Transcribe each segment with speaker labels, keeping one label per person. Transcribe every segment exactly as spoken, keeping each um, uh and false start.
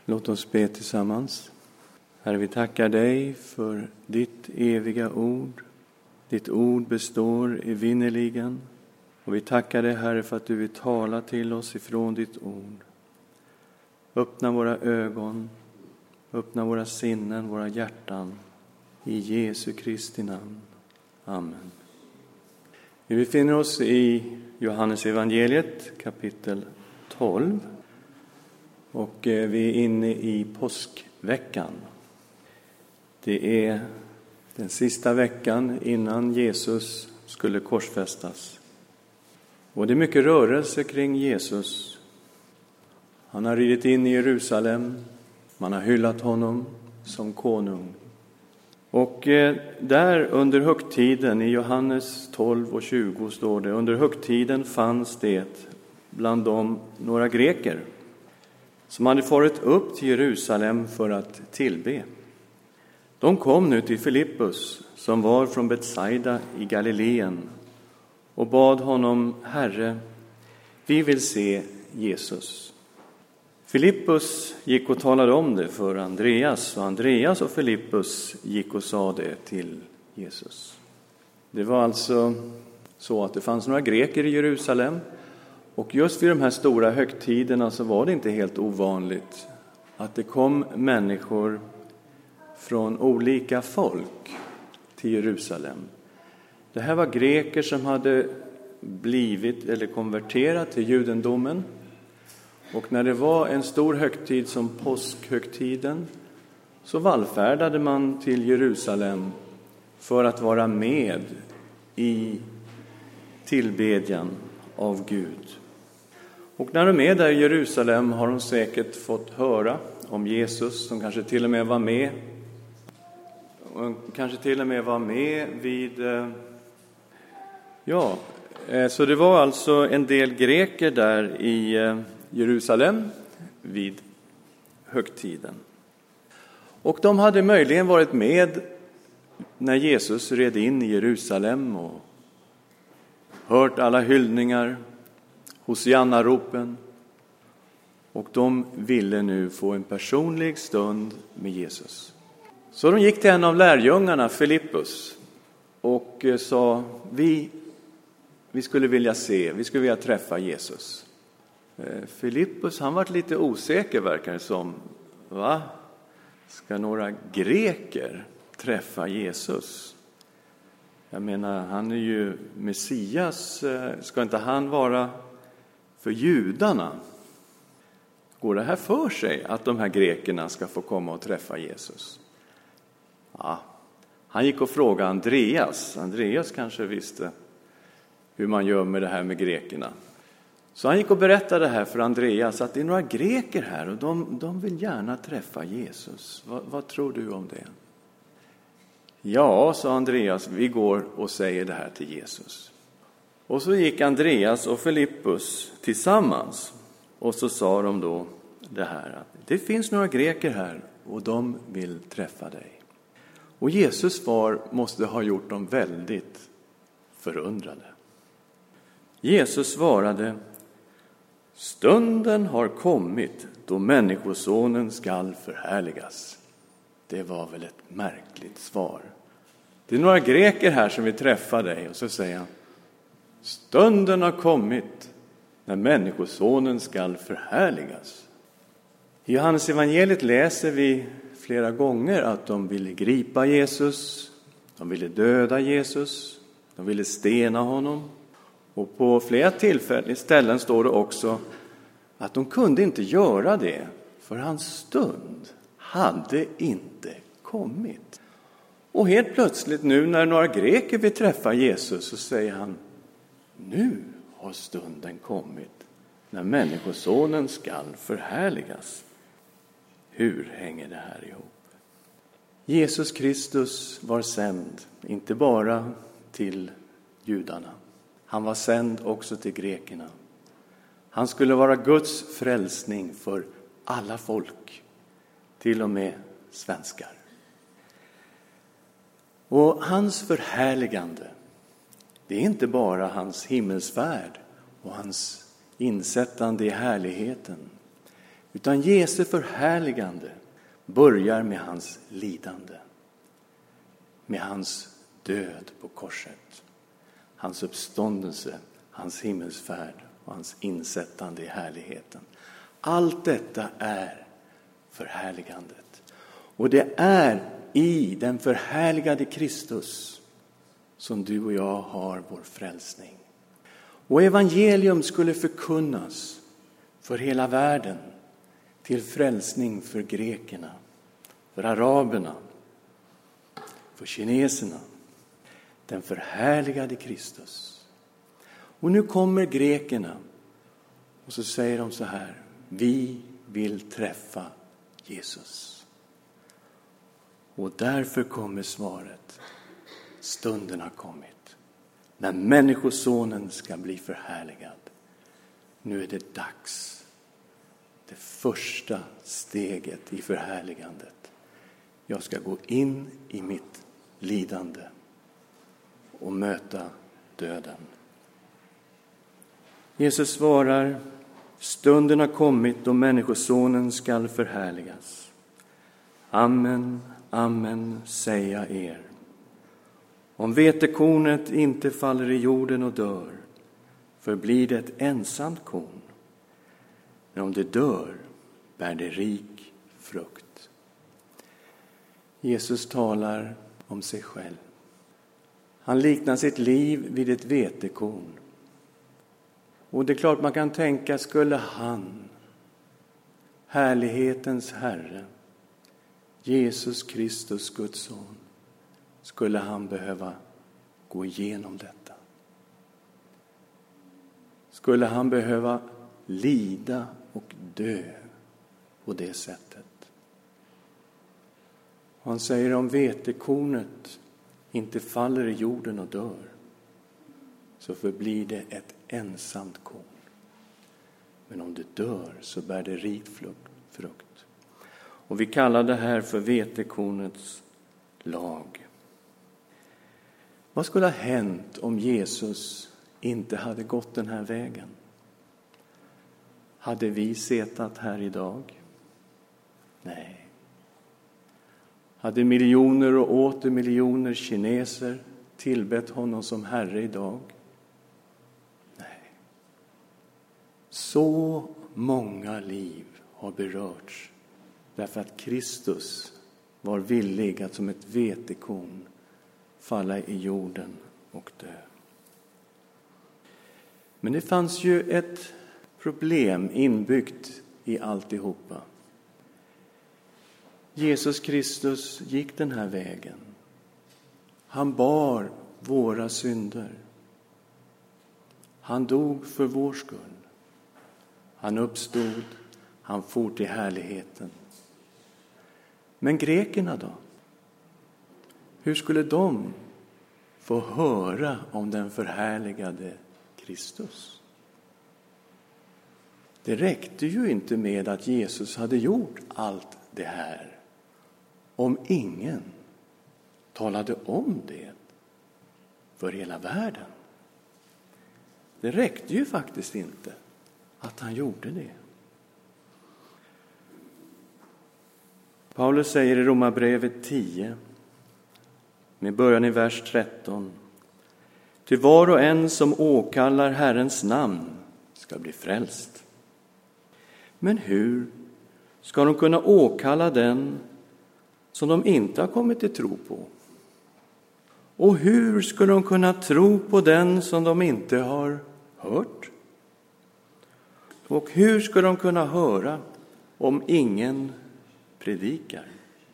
Speaker 1: Låt oss be tillsammans. Herre, vi tackar dig för ditt eviga ord. Ditt ord består evinnerligen. Och vi tackar dig, Herre, för att du vill tala till oss ifrån ditt ord. Öppna våra ögon, öppna våra sinnen, våra hjärtan. I Jesu Kristi namn. Amen. Vi befinner oss i Johannes evangeliet kapitel tolv. Och vi är inne i påskveckan. Det är den sista veckan innan Jesus skulle korsfästas. Och det är mycket rörelse kring Jesus. Han har ridit in i Jerusalem. Man har hyllat honom som konung. Och där under högtiden i Johannes tolv och tjugo står det: under högtiden fanns det bland dem några greker som hade farit upp till Jerusalem för att tillbe. De kom nu till Filippus, som var från Betsaida i Galileen, och bad honom: Herre, vi vill se Jesus. Filippus gick och talade om det för Andreas, och Andreas och Filippus gick och sa det till Jesus. Det var alltså så att det fanns några greker i Jerusalem, och just vid de här stora högtiderna så var det inte helt ovanligt att det kom människor från olika folk till Jerusalem. Det här var greker som hade blivit eller konverterat till judendomen. Och när det var en stor högtid som påskhögtiden så vallfärdade man till Jerusalem för att vara med i tillbedjan av Gud. Och när de är där i Jerusalem har de säkert fått höra om Jesus, som kanske till och med var med. Och kanske till och med var med vid... Ja, så det var alltså en del greker där i Jerusalem vid högtiden. Och de hade möjligen varit med när Jesus red in i Jerusalem och hört alla hyllningar, Hosianna-ropen, och de ville nu få en personlig stund med Jesus. Så de gick till en av lärjungarna, Filippus, och sa: vi, vi skulle vilja se, vi skulle vilja träffa Jesus. Filippus, han var lite osäker, verkar det som. Va? Ska några greker träffa Jesus? Jag menar, han är ju Messias. Ska inte han vara för judarna? Går det här för sig att de här grekerna ska få komma och träffa Jesus? Ja, han gick och frågade Andreas. Andreas kanske visste hur man gör med det här med grekerna. Så han gick och berättade det här för Andreas, att det är några greker här och de, de vill gärna träffa Jesus. Vad, vad tror du om det? Ja, sa Andreas, vi går och säger det här till Jesus. Och så gick Andreas och Filippus tillsammans, och så sa de då det här: att det finns några greker här och de vill träffa dig. Och Jesus svar måste ha gjort dem väldigt förundrade. Jesus svarade: stunden har kommit då människosonen skall förhärligas. Det var väl ett märkligt svar. Det är några greker här som vill träffa dig, och så säger han: stunden har kommit när människosonen skall förhärligas. I Johannes evangeliet läser vi flera gånger att de ville gripa Jesus, de ville döda Jesus, de ville stena honom. Och på flera tillfällen ställen står det också att de kunde inte göra det, för hans stund hade inte kommit. Och helt plötsligt nu när några greker vill träffa Jesus, så säger han: nu har stunden kommit när människosonen skall förhärligas. Hur hänger det här ihop? Jesus Kristus var sänd inte bara till judarna. Han var sänd också till grekerna. Han skulle vara Guds frälsning för alla folk, till och med svenskar. Och hans förhärligande, det är inte bara hans himmelsfärd och hans insättande i härligheten, Utan Jesu förhärligande börjar med hans lidande. Med hans död på korset. Hans uppståndelse, hans himmelsfärd och hans insättande i härligheten. Allt detta är förhärligandet. Och det är i den förhärligade Kristus som du och jag har vår frälsning. Och evangelium skulle förkunnas för hela världen, till frälsning för grekerna, för araberna, för kineserna. Den förhärligade Kristus. Och nu kommer grekerna och så säger de så här: vi vill träffa Jesus. Och därför kommer svaret: stunden har kommit när människosonen ska bli förhärligad. Nu är det dags. Det första steget i förhärligandet. Jag ska gå in i mitt lidande och möta döden. Jesus svarar: stunden har kommit då människosonen skall förhärligas. Amen, amen, säger jag er. Om vetekornet inte faller i jorden och dör, förblir det ett ensamt korn. Men om det dör, bär det rik frukt. Jesus talar om sig själv. Han liknar sitt liv vid ett vetekorn. Och det är klart man kan tänka, skulle han, härlighetens Herre, Jesus Kristus, Guds son, skulle han behöva gå igenom detta? Skulle han behöva lida och dö på det sättet? Han säger, om vetekornet inte faller i jorden och dör, så förblir det ett ensamt korn. Men om det dör så bär det rikt frukt. Och vi kallar det här för vetekornets lag. Vad skulle ha hänt om Jesus inte hade gått den här vägen? Hade vi setat här idag? Nej. Hade miljoner och åter miljoner kineser tillbett honom som Herre idag? Nej. Så många liv har berörts därför att Kristus var villig att som ett vetekorn falla i jorden och dö. Men det fanns ju ett problem inbyggt i alltihopa. Jesus Kristus gick den här vägen. Han bar våra synder. Han dog för vår skull. Han uppstod. Han for till härligheten. Men grekerna då? Hur skulle de få höra om den förhärligade Kristus? Det räckte ju inte med att Jesus hade gjort allt det här om ingen talade om det för hela världen. Det räckte ju faktiskt inte att han gjorde det. Paulus säger i Romarbrevet tio, med början i vers tretton: ty var och en som åkallar Herrens namn ska bli frälst. Men hur ska de kunna åkalla den som de inte har kommit till tro på? Och hur skulle de kunna tro på den som de inte har hört? Och hur ska de kunna höra om ingen predikar?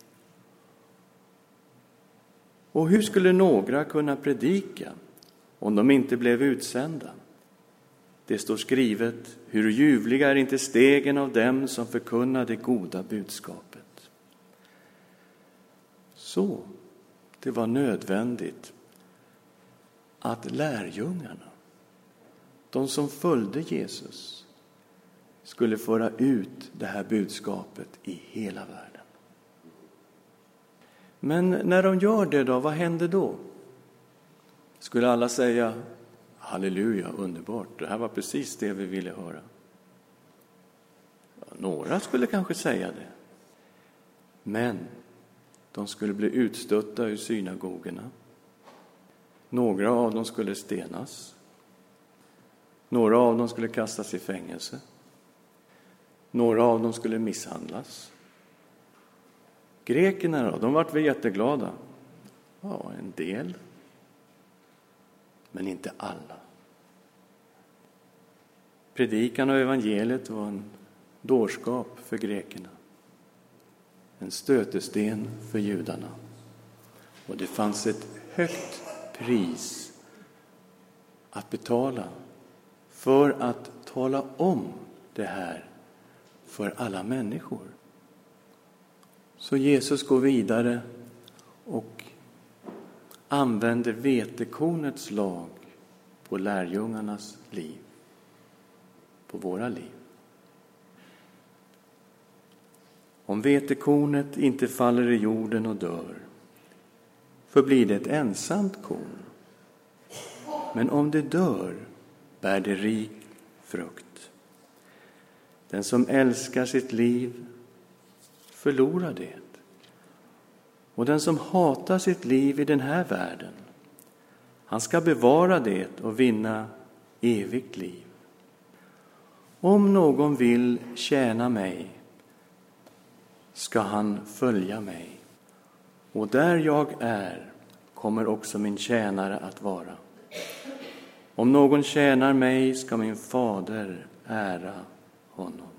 Speaker 1: Och hur skulle några kunna predika om de inte blev utsända? Det står skrivet, hur ljuvliga är inte stegen av dem som förkunnar det goda budskapet. Så det var nödvändigt att lärjungarna, de som följde Jesus, skulle föra ut det här budskapet i hela världen. Men när de gör det då, vad händer då? Skulle alla säga, halleluja, underbart, det här var precis det vi ville höra? Några skulle kanske säga det. Men de skulle bli utstötta ur synagogorna. Några av dem skulle stenas. Några av dem skulle kastas i fängelse. Några av dem skulle misshandlas. Grekerna då, de vart väl jätteglada. Ja, en del. Men inte alla. Predikan av evangeliet var en dårskap för grekerna. En stötesten för judarna. Och det fanns ett högt pris att betala för att tala om det här för alla människor. Så Jesus går vidare och använder vetekornets lag på lärjungarnas liv, på våra liv. Om vetekornet inte faller i jorden och dör, förblir det ett ensamt korn. Men om det dör, bär det rik frukt. Den som älskar sitt liv förlorar det. Och den som hatar sitt liv i den här världen, han ska bevara det och vinna evigt liv. Om någon vill tjäna mig, ska han följa mig. Och där jag är, kommer också min tjänare att vara. Om någon tjänar mig, ska min fader ära honom.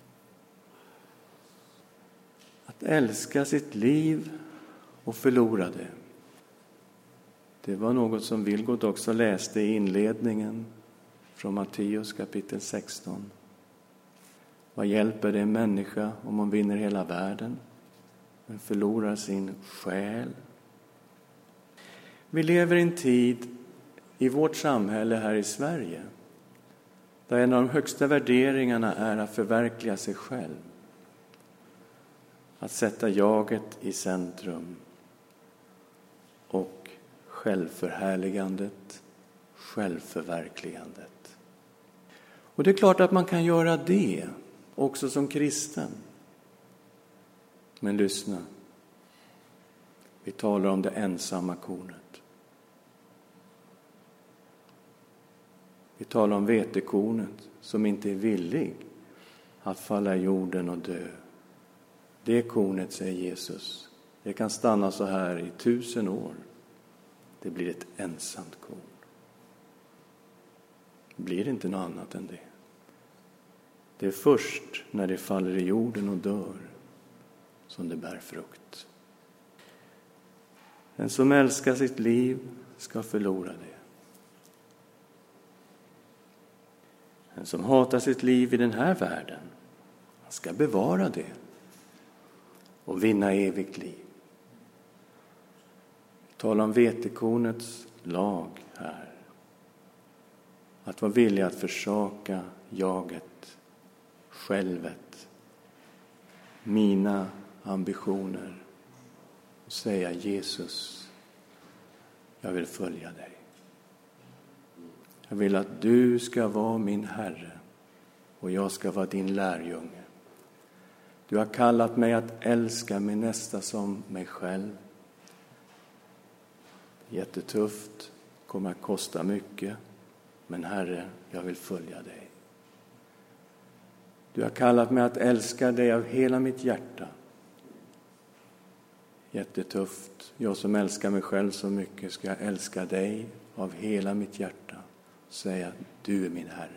Speaker 1: Att älska sitt liv och förlora det. Det var något som Vilgot också läste i inledningen från Matteus kapitel sexton. Vad hjälper det en människa om man vinner hela världen men förlorar sin själ? Vi lever i en tid i vårt samhälle här i Sverige där en av de högsta värderingarna är att förverkliga sig själv. Att sätta jaget i centrum och självförhärligandet, självförverkligandet. Och det är klart att man kan göra det också som kristen. Men lyssna, vi talar om det ensamma kornet. Vi talar om vetekornet som inte är villig att falla i jorden och dö. Det kornet, säger Jesus, det kan stanna så här i tusen år. Det blir ett ensamt korn. Det blir inte något annat än det. Det är först när det faller i jorden och dör som det bär frukt. Den som älskar sitt liv ska förlora det. Den som hatar sitt liv i den här världen, han ska bevara det och vinna evigt liv. Vi talar om vetekornets lag här. Att vara villig att försaka jaget, självet, mina ambitioner och säga: Jesus, jag vill följa dig. Jag vill att du ska vara min Herre och jag ska vara din lärjunge. Du har kallat mig att älska min nästa som mig själv. Jättetufft, kommer att kosta mycket, men Herre, jag vill följa dig. Du har kallat mig att älska dig av hela mitt hjärta. Jättetufft, jag som älskar mig själv så mycket ska jag älska dig av hela mitt hjärta. Säga: du är min Herre.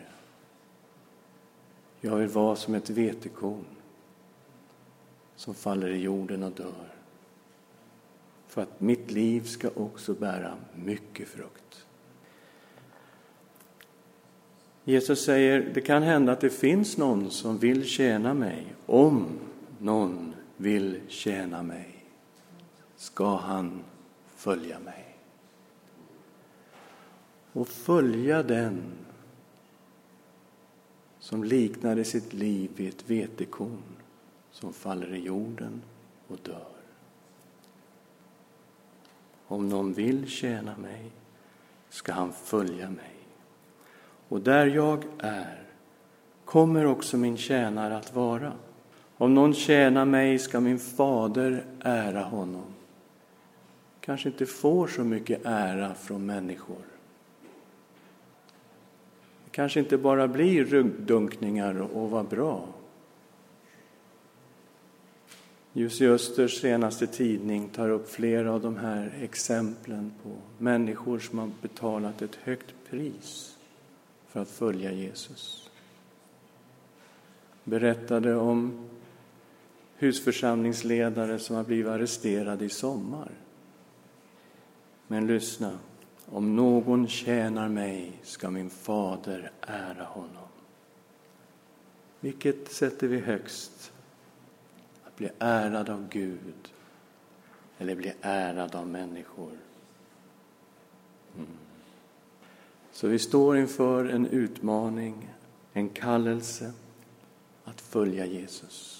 Speaker 1: Jag vill vara som ett vetekorn som faller i jorden och dör. För att mitt liv ska också bära mycket frukt. Jesus säger: det kan hända att det finns någon som vill tjäna mig. Om någon vill tjäna mig, ska han följa mig. Och följa den som liknade sitt liv vid ett vetekorn som faller i jorden och dör. Om någon vill tjäna mig, ska han följa mig. Och där jag är, kommer också min tjänare att vara. Om någon tjänar mig ska min fader ära honom. Kanske inte får så mycket ära från människor. Det kanske inte bara blir ryggdunkningar och vad bra. Jussi Östers senaste tidning tar upp flera av de här exemplen på människor som har betalat ett högt pris för att följa Jesus. Berättade om husförsamlingsledare som har blivit arresterade i sommar. Men lyssna, om någon tjänar mig ska min fader ära honom. Vilket sätter vi högst? Att bli ärad av Gud eller bli ärad av människor? Mm. Så vi står inför en utmaning, en kallelse att följa Jesus.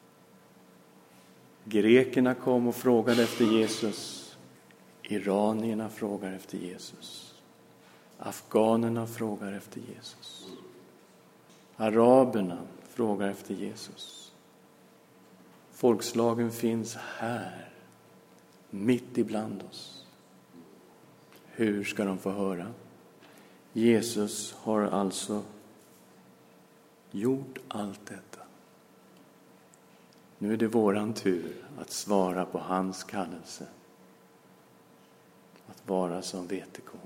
Speaker 1: Grekerna kom och frågade efter Jesus. Iranierna frågar efter Jesus. Afghanerna frågar efter Jesus. Araberna frågar efter Jesus. Folkslagen finns här, mitt ibland oss. Hur ska de få höra? Jesus har alltså gjort allt detta. Nu är det våran tur att svara på hans kallelse. Att vara som vetekorn.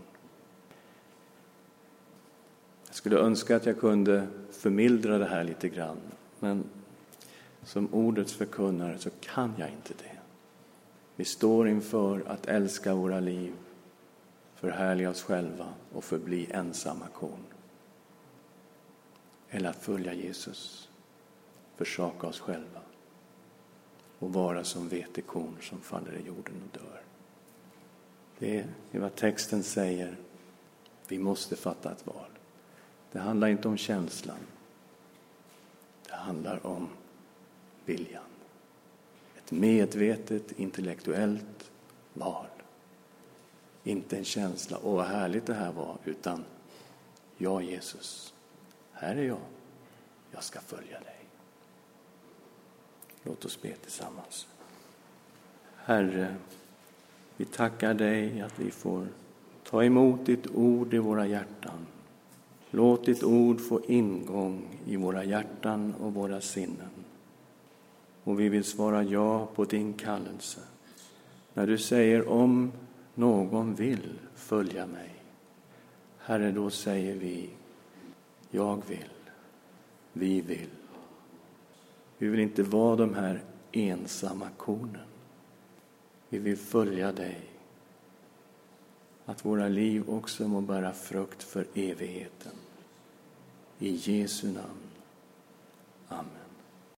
Speaker 1: Jag skulle önska att jag kunde förmildra det här lite grann. Men som ordets förkunnare så kan jag inte det. Vi står inför att älska våra liv, förhärliga oss själva och förbli ensamma korn. Eller att följa Jesus, försaka oss själva och vara som vetekorn som faller i jorden och dör. Det är vad texten säger. Vi måste fatta ett val. Det handlar inte om känslan. Det handlar om viljan. Ett medvetet, intellektuellt val. Inte en känsla, åh vad härligt det här var, utan ja Jesus, här är jag. Jag ska följa dig. Låt oss be tillsammans. Herre, vi tackar dig att vi får ta emot ditt ord i våra hjärtan. Låt ditt ord få ingång i våra hjärtan och våra sinnen. Och vi vill svara ja på din kallelse. När du säger om någon vill följa mig. Herre, då säger vi, jag vill, vi vill. Vi vill inte vara de här ensamma kornen. Vi vill följa dig. Att våra liv också må bära frukt för evigheten. I Jesu namn. Amen.